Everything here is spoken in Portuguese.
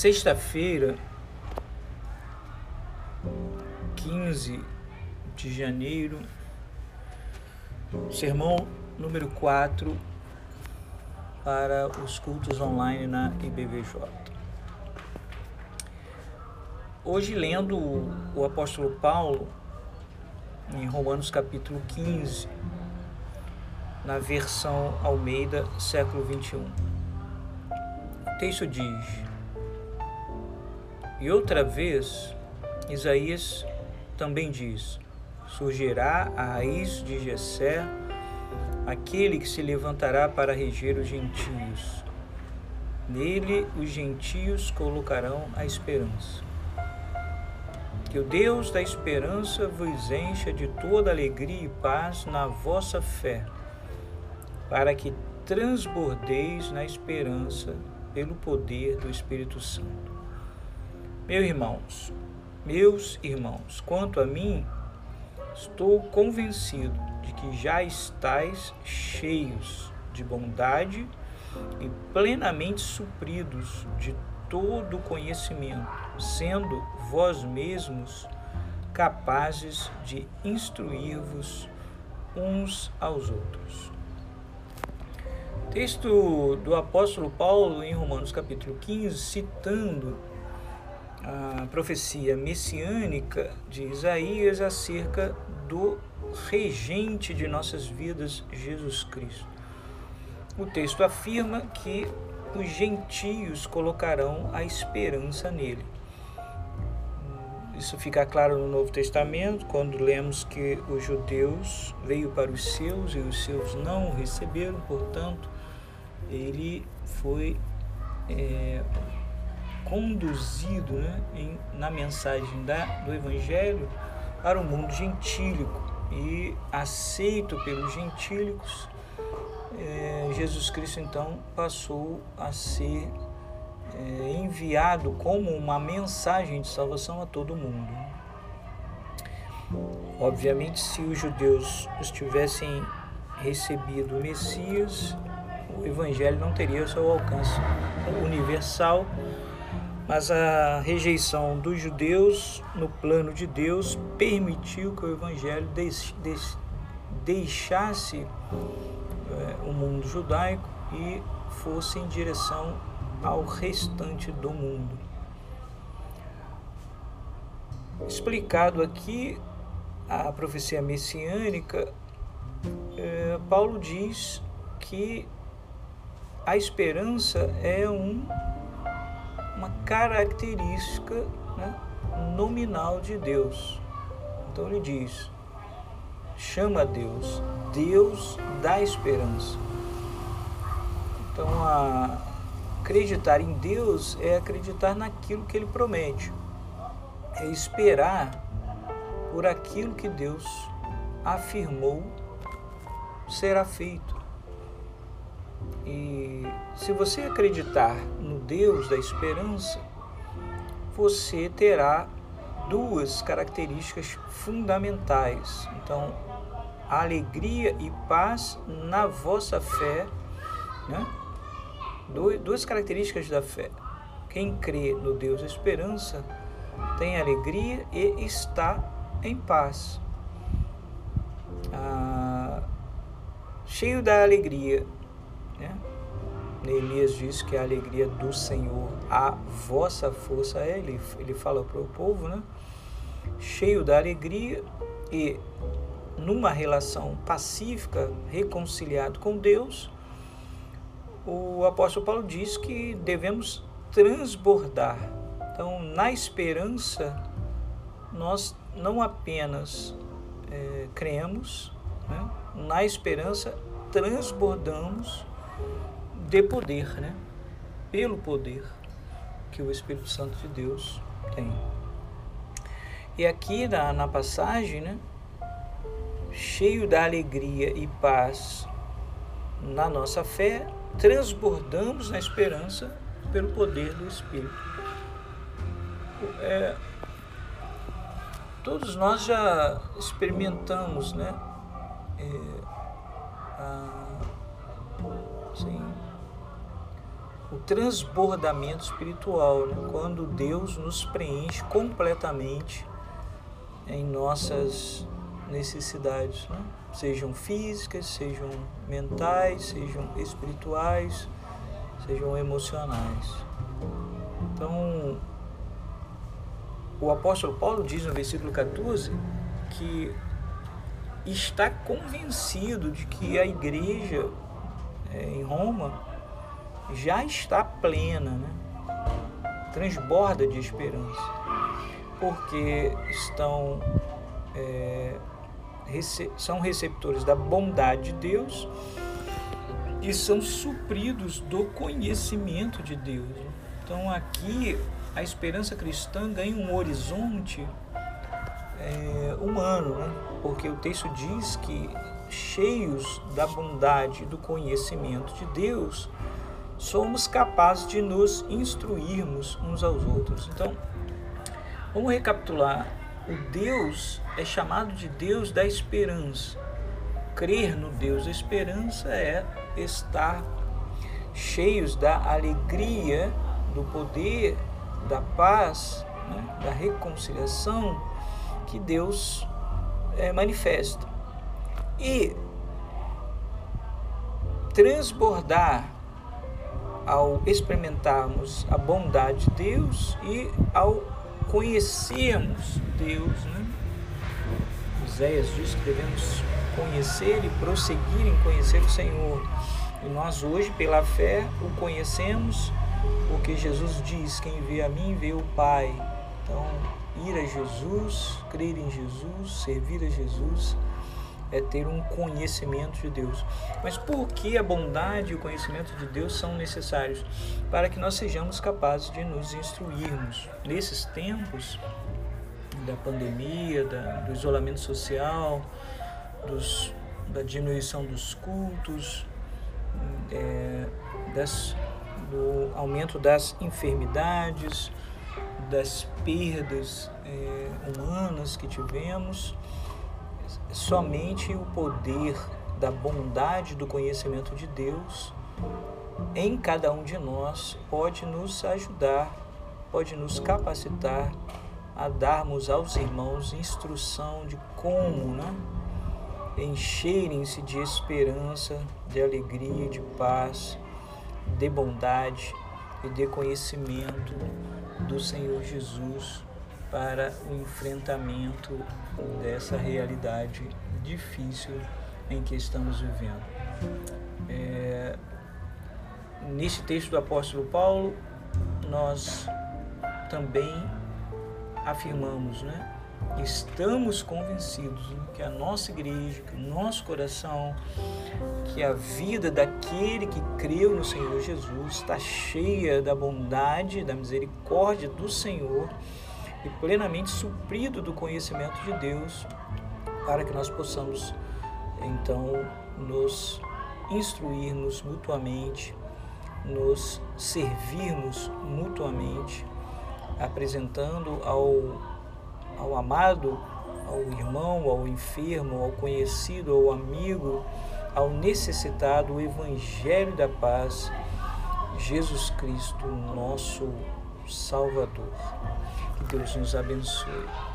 Sexta-feira, 15 de janeiro, sermão número 4 para os cultos online na IBVJ. Hoje, lendo o apóstolo Paulo em Romanos capítulo 15, na versão Almeida, século 21. O texto diz: e outra vez, Isaías também diz: surgirá a raiz de Jessé, aquele que se levantará para reger os gentios. Nele os gentios colocarão a esperança. Que o Deus da esperança vos encha de toda alegria e paz na vossa fé, para que transbordeis na esperança pelo poder do Espírito Santo. Meus irmãos, quanto a mim, estou convencido de que já estáis cheios de bondade e plenamente supridos de todo conhecimento, sendo vós mesmos capazes de instruir-vos uns aos outros. Texto do apóstolo Paulo em Romanos capítulo 15, citando a profecia messiânica de Isaías acerca do regente de nossas vidas, Jesus Cristo. O texto afirma que os gentios colocarão a esperança nele. Isso fica claro no Novo Testamento, quando lemos que os judeus veio para os seus e os seus não o receberam, portanto, ele foi conduzido na mensagem do Evangelho para o mundo gentílico e aceito pelos gentílicos. Jesus Cristo então passou a ser enviado como uma mensagem de salvação a todo mundo. Obviamente, se os judeus tivessem recebido o Messias, o Evangelho não teria o seu alcance universal, mas a rejeição dos judeus no plano de Deus permitiu que o Evangelho deixasse o mundo judaico e fosse em direção ao restante do mundo. Explicado aqui a profecia messiânica, Paulo diz que a esperança é uma característica nominal de Deus. Então ele diz, chama Deus da esperança. Então acreditar em Deus é acreditar naquilo que Ele promete, é esperar por aquilo que Deus afirmou será feito. E se você acreditar no Deus da esperança, você terá duas características fundamentais. Então, alegria e paz na vossa fé, Duas características da fé. Quem crê no Deus da esperança tem alegria e está em paz. Cheio da alegria, Neemias diz que a alegria do Senhor, a vossa força é. Ele fala para o povo, cheio da alegria e numa relação pacífica, reconciliado com Deus, o apóstolo Paulo diz que devemos transbordar. Então, na esperança, nós não apenas cremos, na esperança transbordamos de poder, pelo poder que o Espírito Santo de Deus tem. E aqui na passagem, cheio da alegria e paz na nossa fé, transbordamos na esperança pelo poder do Espírito. Todos nós já experimentamos, assim, o transbordamento espiritual, né? Quando Deus nos preenche completamente em nossas necessidades, né? Sejam físicas, sejam mentais, sejam espirituais, sejam emocionais. Então, o apóstolo Paulo diz no versículo 14 que está convencido de que a igreja em Roma já está plena, né? Transborda de esperança, porque são receptores da bondade de Deus e são supridos do conhecimento de Deus. Então aqui a esperança cristã ganha um horizonte humano, né? Porque o texto diz que cheios da bondade e do conhecimento de Deus, somos capazes de nos instruirmos uns aos outros. Então, vamos recapitular. O Deus é chamado de Deus da esperança. Crer no Deus da esperança é estar cheios da alegria, do poder, da paz, né, da reconciliação que Deus manifesta. E transbordar ao experimentarmos a bondade de Deus e ao conhecermos Deus, né? Oséias diz que devemos conhecer e prosseguir em conhecer o Senhor. E nós hoje, pela fé, o conhecemos, porque Jesus diz: quem vê a mim, vê o Pai. Então, ir a Jesus, crer em Jesus, servir a Jesus, é ter um conhecimento de Deus. Mas por que a bondade e o conhecimento de Deus são necessários? Para que nós sejamos capazes de nos instruirmos. Nesses tempos da pandemia, do isolamento social, da diminuição dos cultos, do aumento das enfermidades, das perdas humanas que tivemos, somente o poder da bondade do conhecimento de Deus em cada um de nós pode nos ajudar, pode nos capacitar a darmos aos irmãos instrução de como, né, encherem-se de esperança, de alegria, de paz, de bondade e de conhecimento do Senhor Jesus para o enfrentamento dessa realidade difícil em que estamos vivendo. Nesse texto do apóstolo Paulo, nós também afirmamos, né? Estamos convencidos, né, que a nossa igreja, que o nosso coração, que a vida daquele que creu no Senhor Jesus está cheia da bondade, da misericórdia do Senhor e plenamente suprido do conhecimento de Deus, para que nós possamos então nos instruirmos mutuamente, nos servirmos mutuamente, apresentando ao amado, ao irmão, ao enfermo, ao conhecido, ao amigo, ao necessitado, o Evangelho da paz, Jesus Cristo, nosso Salvador. Que Deus nos abençoe.